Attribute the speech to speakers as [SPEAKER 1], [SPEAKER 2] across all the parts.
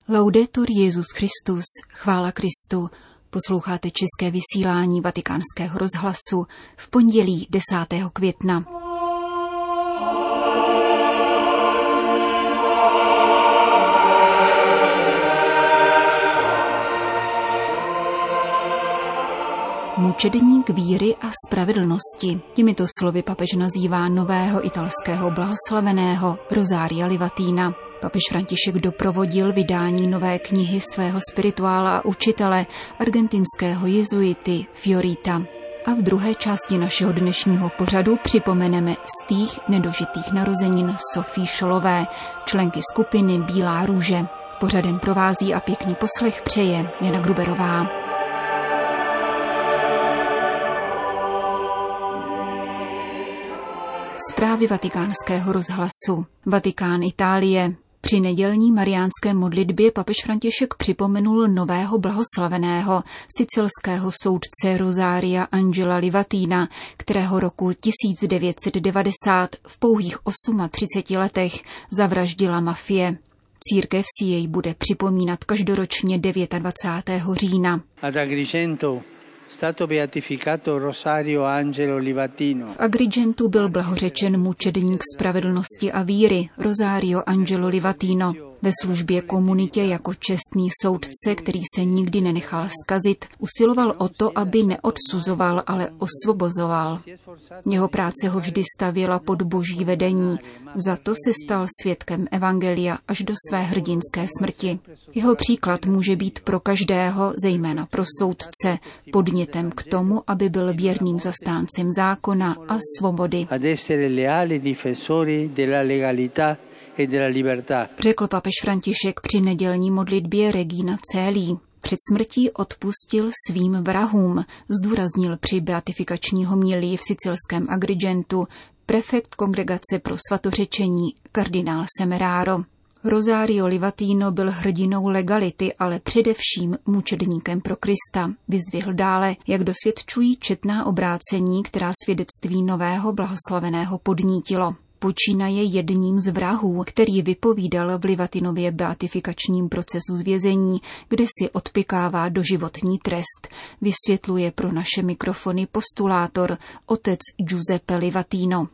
[SPEAKER 1] Laudetur Jesus Christus, chvála Kristu. Posloucháte české vysílání Vatikánského rozhlasu v pondělí 10. května. Mučedník víry a spravedlnosti. Těmito slovy papež nazývá nového italského blahoslaveného Rosaria Livattina. Papež František doprovodil vydání nové knihy svého spirituála a učitele, argentinského jezuity Fiorita. A v druhé části našeho dnešního pořadu připomeneme stých nedožitých narozenin Sofie Schollové, členky skupiny Bílá růže. Pořadem provází a pěkný poslech přeje Jana Gruberová. Zprávy Vatikánského rozhlasu. Vatikán, Itálie. Při nedělní mariánské modlitbě papež František připomenul nového blahoslaveného sicilského soudce Rosaria Angela Livattina, kterého roku 1990 v pouhých 38 letech zavraždila mafie. Církev si jej bude připomínat každoročně 29. října. V Agrigentu byl blahořečen mučedník spravedlnosti a víry Rosario Angelo Livatino. Ve službě komunitě jako čestný soudce, který se nikdy nenechal zkazit, usiloval o to, aby neodsuzoval, ale osvobozoval. Jeho práce ho vždy stavěla pod boží vedení. Za to se stal svědkem evangelia až do své hrdinské smrti. Jeho příklad může být pro každého, zejména pro soudce, podnětem k tomu, aby byl věrným zastáncem zákona a svobody. Řekl papež František při nedělní modlitbě Regina Coeli. Před smrtí odpustil svým vrahům, zdůraznil při beatifikační homilii v sicilském Agrigentu prefekt Kongregace pro svatořečení kardinál Semeraro. Rosario Livatino byl hrdinou legality, ale především mučedníkem pro Krista. Vyzdvihl dále, jak dosvědčují četná obrácení, která svědectví nového blahoslaveného podnítilo. Počínaje jedním z vrahů, který vypovídal v Livatinově beatifikačním procesu z vězení, kde si odpykává doživotní trest, vysvětluje pro naše mikrofony postulátor otec Giuseppe Livatino.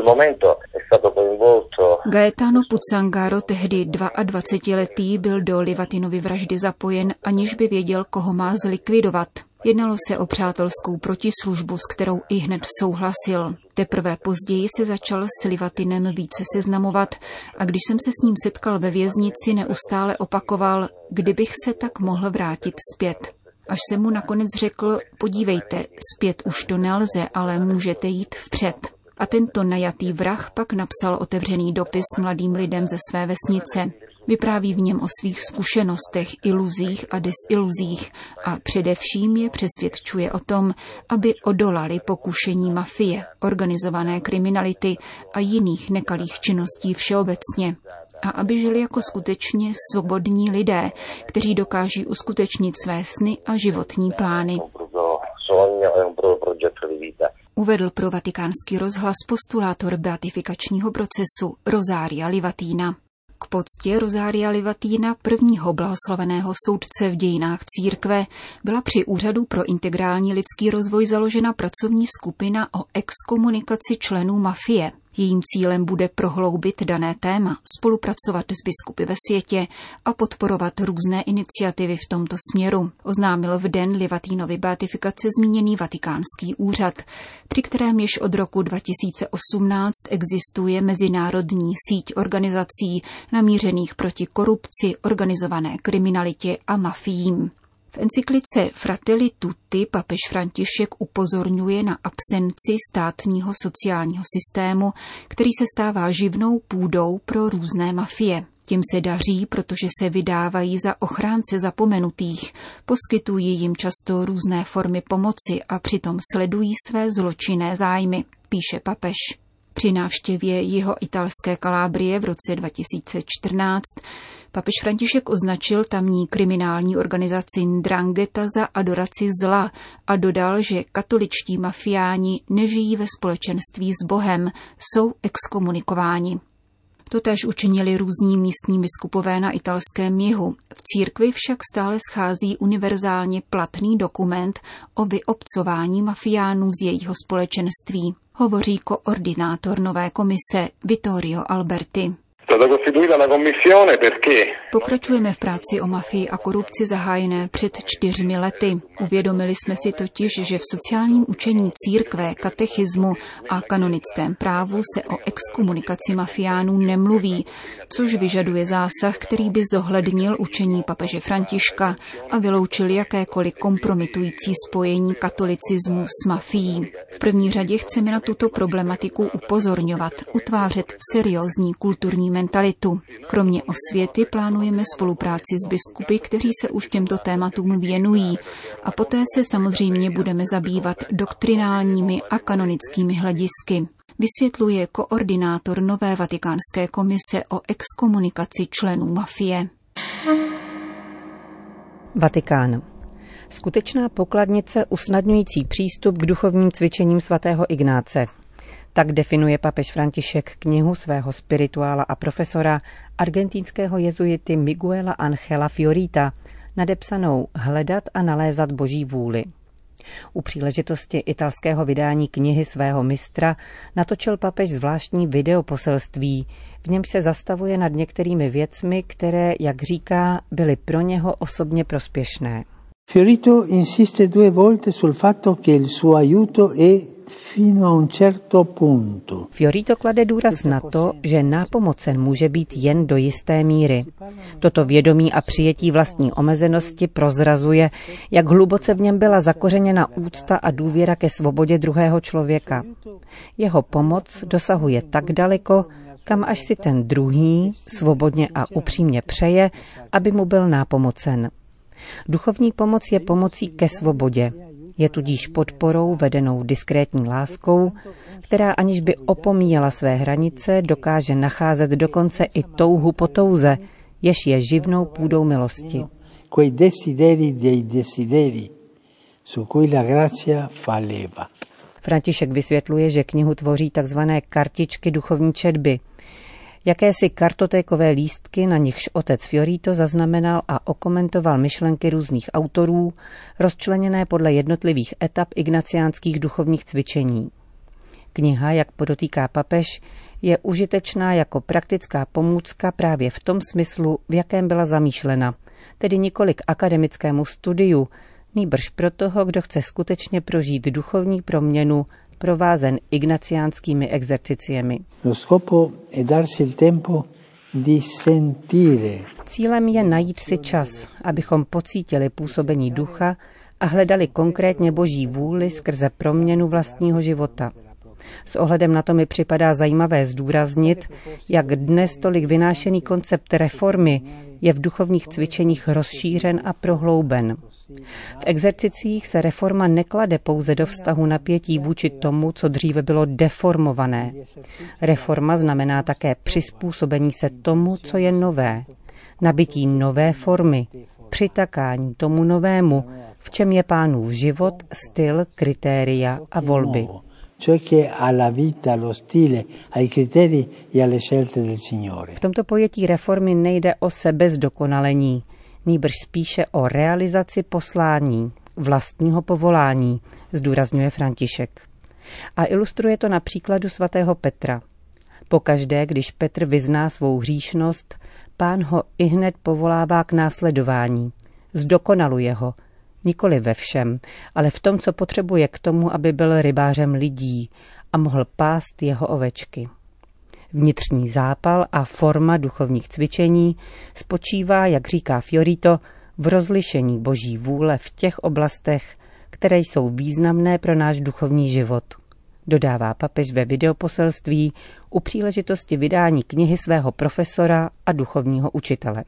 [SPEAKER 1] Gaetano Puzzangaro, tehdy 22letý, byl do Livatinovy vraždy zapojen, aniž by věděl, koho má zlikvidovat. Jednalo se o přátelskou protislužbu, s kterou ihned souhlasil. Teprve později se začal s Livatinem více seznamovat a když jsem se s ním setkal ve věznici, neustále opakoval, kdybych se tak mohl vrátit zpět. Až jsem mu nakonec řekl, podívejte, zpět už to nelze, ale můžete jít vpřed. A tento najatý vrah pak napsal otevřený dopis mladým lidem ze své vesnice. Vypráví v něm o svých zkušenostech, iluzích a desiluzích a především je přesvědčuje o tom, aby odolali pokušení mafie, organizované kriminality a jiných nekalých činností všeobecně. A aby žili jako skutečně svobodní lidé, kteří dokáží uskutečnit své sny a životní plány. Uvedl pro Vatikánský rozhlas postulátor beatifikačního procesu Rosaria Livattina. K poctě Rosaria Livattina, prvního blahoslaveného soudce v dějinách církve, byla při Úřadu pro integrální lidský rozvoj založena pracovní skupina o exkomunikaci členů mafie. Jejím cílem bude prohloubit dané téma, spolupracovat s biskupy ve světě a podporovat různé iniciativy v tomto směru, oznámil v den Livatinovy beatifikace zmíněný Vatikánský úřad, při kterém již od roku 2018 existuje mezinárodní síť organizací namířených proti korupci, organizované kriminalitě a mafiím. V encyklice Fratelli Tutti papež František upozorňuje na absenci státního sociálního systému, který se stává živnou půdou pro různé mafie. Tím se daří, protože se vydávají za ochránce zapomenutých, poskytují jim často různé formy pomoci a přitom sledují své zločinné zájmy, píše papež. Při návštěvě jeho italské Kalábrie v roce 2014 papež František označil tamní kriminální organizaci 'Ndrangheta za adoraci zla a dodal, že katoličtí mafiáni nežijí ve společenství s Bohem, jsou exkomunikováni. Totéž učinili různí místní biskupové na italském jihu. V církvi však stále schází univerzálně platný dokument o vyobcování mafiánů z jejího společenství. Hovoří koordinátor nové komise Vittorio Alberti. Pokračujeme v práci o mafii a korupci zahájené před 4 lety. Uvědomili jsme si totiž, že v sociálním učení církve, katechismu a kanonickém právu se o exkomunikaci mafiánů nemluví, což vyžaduje zásah, který by zohlednil učení papeže Františka a vyloučil jakékoliv kompromitující spojení katolicismu s mafií. V první řadě chceme na tuto problematiku upozorňovat, utvářet seriózní kulturní mentalitu. Kromě osvěty plánujeme spolupráci s biskupy, kteří se už těmto tématům věnují, a poté se samozřejmě budeme zabývat doktrinálními a kanonickými hledisky. Vysvětluje koordinátor nové vatikánské komise o exkomunikaci členů mafie.
[SPEAKER 2] Vatikán. Skutečná pokladnice usnadňující přístup k duchovním cvičením svatého Ignáce. Tak definuje papež František knihu svého spirituála a profesora, argentinského jezuity Miguela Angela Fiorita, nadepsanou Hledat a nalézat Boží vůli. U příležitosti italského vydání knihy svého mistra natočil papež zvláštní videoposelství, v němž se zastavuje nad některými věcmi, které, jak říká, byly pro něho osobně prospěšné.
[SPEAKER 3] Fiorito insiste 2 volte sul fatto che il suo aiuto è fino a un certo punto.
[SPEAKER 2] Fiorito klade důraz na to, že nápomocen může být jen do jisté míry. Toto vědomí a přijetí vlastní omezenosti prozrazuje, jak hluboce v něm byla zakořeněna úcta a důvěra ke svobodě druhého člověka. Jeho pomoc dosahuje tak daleko, kam až si ten druhý svobodně a upřímně přeje, aby mu byl nápomocen. Duchovní pomoc je pomocí ke svobodě. Je tudíž podporou vedenou diskrétní láskou, která aniž by opomíjela své hranice, dokáže nacházet dokonce i touhu po touze, jež je živnou půdou milosti. František vysvětluje, že knihu tvoří tzv. Kartičky duchovní četby, jakési kartotékové lístky, na nichž otec Fiorito zaznamenal a okomentoval myšlenky různých autorů, rozčleněné podle jednotlivých etap ignaciánských duchovních cvičení. Kniha, jak podotýká papež, je užitečná jako praktická pomůcka právě v tom smyslu, v jakém byla zamýšlena, tedy nikoli k akademickému studiu, nýbrž pro toho, kdo chce skutečně prožít duchovní proměnu, provázen ignaciánskými exerciciemi. Cílem je najít si čas, abychom pocítili působení ducha a hledali konkrétně Boží vůli skrze proměnu vlastního života. S ohledem na to mi připadá zajímavé zdůraznit, jak dnes tolik vynášený koncept reformy je v duchovních cvičeních rozšířen a prohlouben. V exercicích se reforma neklade pouze do vztahu napětí vůči tomu, co dříve bylo deformované. Reforma znamená také přizpůsobení se tomu, co je nové, nabytí nové formy, přitakání tomu novému, v čem je Pánův život, styl, kritéria a volby. V tomto pojetí reformy nejde o sebezdokonalení, nýbrž spíše o realizaci poslání, vlastního povolání, zdůrazňuje František. A ilustruje to na příkladu svatého Petra. Pokaždé, když Petr vyzná svou hříšnost, Pán ho ihned povolává k následování. Zdokonaluje ho, nikoli ve všem, ale v tom, co potřebuje k tomu, aby byl rybářem lidí a mohl pást jeho ovečky. Vnitřní zápal a forma duchovních cvičení spočívá, jak říká Fiorito, v rozlišení Boží vůle v těch oblastech, které jsou významné pro náš duchovní život. Dodává papež ve videoposelství u příležitosti vydání knihy svého profesora a duchovního učitele.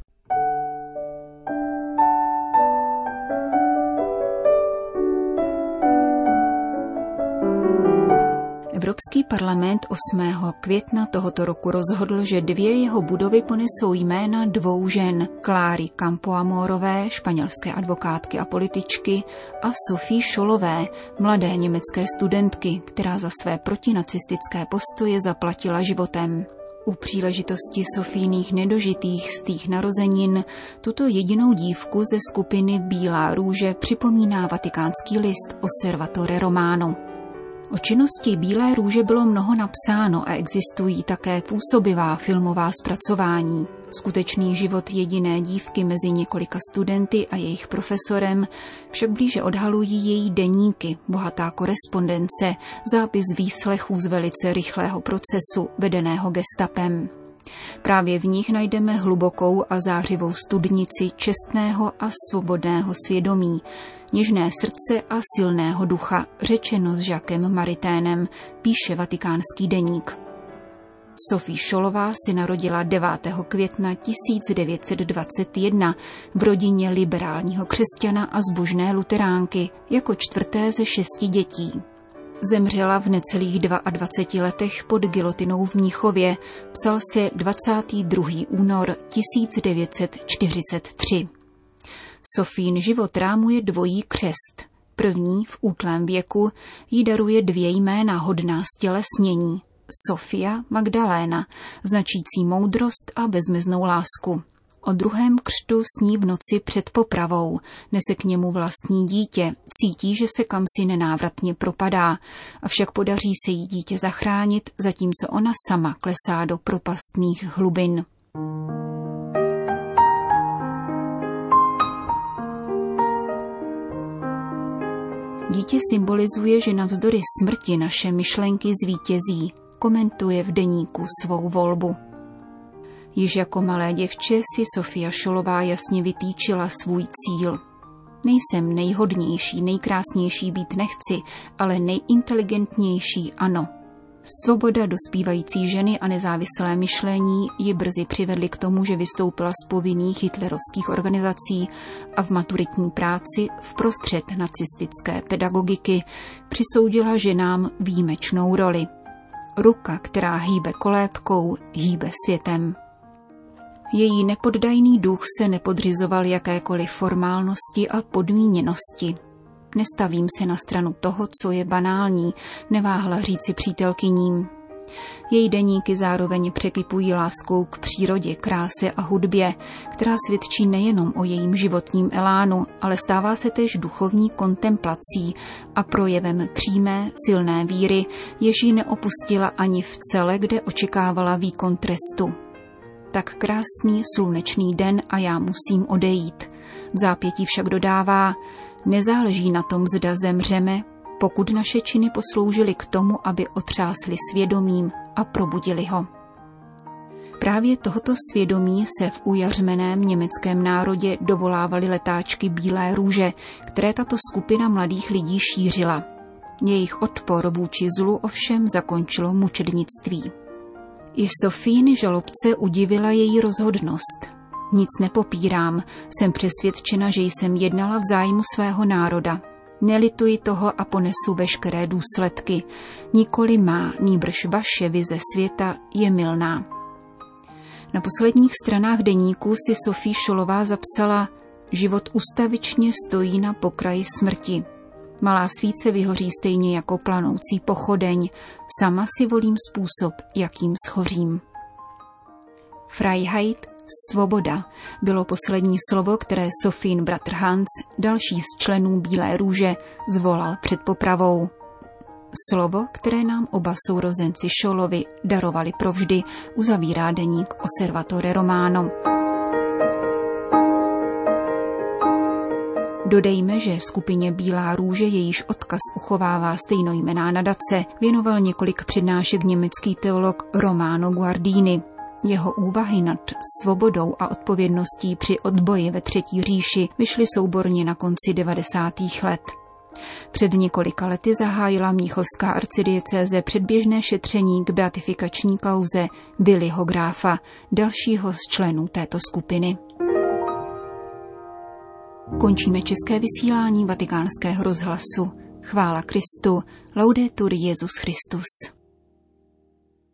[SPEAKER 1] Evropský parlament 8. května tohoto roku rozhodl, že 2 jeho budovy ponesou jména 2 žen, Kláry Campoamorové, španělské advokátky a političky, a Sophie Schollové, mladé německé studentky, která za své protinacistické postoje zaplatila životem. U příležitosti Sofijných nedožitých stých narozenin tuto jedinou dívku ze skupiny Bílá růže připomíná vatikánský list Osservatore Romano. O činnosti Bílé růže bylo mnoho napsáno a existují také působivá filmová zpracování. Skutečný život jediné dívky mezi několika studenty a jejich profesorem však blíže odhalují její deníky, bohatá korespondence, zápis výslechů z velice rychlého procesu vedeného gestapem. Právě v nich najdeme hlubokou a zářivou studnici čestného a svobodného svědomí, něžné srdce a silného ducha, řečeno s Jacquem Mariténem, píše vatikánský deník. Sophie Scholová se narodila 9. května 1921 v rodině liberálního křesťana a zbožné luteránky jako 4. ze 6 dětí. Zemřela v necelých 22 letech pod gilotinou v Mnichově, psal se 22. únor 1943. Sofín život rámuje dvojí křest. První v útlém věku jí daruje 2 jména hodná stělesnění. Sofia Magdaléna, značící moudrost a bezmeznou lásku. O druhém křtu sní v noci před popravou, nese k němu vlastní dítě, cítí, že se kamsi nenávratně propadá, avšak podaří se jí dítě zachránit, zatímco ona sama klesá do propastných hlubin. Dítě symbolizuje, že navzdory smrti naše myšlenky zvítězí, komentuje v deníku svou volbu. Již jako malé děvče si Sofia Scholová jasně vytýčila svůj cíl. Nejsem nejhodnější, nejkrásnější být nechci, ale nejinteligentnější ano. Svoboda dospívající ženy a nezávislé myšlení ji brzy přivedly k tomu, že vystoupila z povinných hitlerovských organizací a v maturitní práci vprostřed nacistické pedagogiky přisoudila ženám výjimečnou roli. Ruka, která hýbe kolébkou, hýbe světem. Její nepoddajný duch se nepodřizoval jakékoliv formálnosti a podmíněnosti. Nestavím se na stranu toho, co je banální, neváhla říci přítelkyním. Její deníky zároveň překypují láskou k přírodě, kráse a hudbě, která svědčí nejenom o jejím životním elánu, ale stává se též duchovní kontemplací a projevem přímé, silné víry, jež ji neopustila ani v cele, kde očekávala výkon trestu. Tak krásný slunečný den a já musím odejít. V zápětí však dodává, nezáleží na tom, zda zemřeme, pokud naše činy posloužily k tomu, aby otřásly svědomím a probudili ho. Právě tohoto svědomí se v ujařmeném německém národě dovolávaly letáčky Bílé růže, které tato skupina mladých lidí šířila. Jejich odpor vůči zlu ovšem zakončilo mučednictví. I Sofíny žalobce udivila její rozhodnost. Nic nepopírám, jsem přesvědčena, že jsem jednala v zájmu svého národa. Nelituji toho a ponesu veškeré důsledky. Nikoli má, nýbrž vaše vize světa je mylná. Na posledních stranách deníku si Sophie Scholová zapsala: život ustavičně stojí na pokraji smrti. Malá svíce vyhoří stejně jako planoucí pochodeň. Sama si volím způsob, jakým schořím. Freiheit, svoboda, bylo poslední slovo, které Sofín bratr Hans, další z členů Bílé růže, zvolal před popravou. Slovo, které nám oba sourozenci Scholovi darovali provždy, uzavírá deník Osservatore Romano. Dodejme, že skupině Bílá růže, jejíž odkaz uchovává stejnojmenná nadace, věnoval několik přednášek německý teolog Romano Guardini. Jeho úvahy nad svobodou a odpovědností při odboji ve Třetí říši vyšly souborně na konci 90. let. Před několika lety zahájila mnichovská arcidiecéze předběžné šetření k beatifikační kauze Williho Gráfa, dalšího z členů této skupiny. Končíme české vysílání Vatikánského rozhlasu. Chvála Kristu, laudetur Jesus Christus.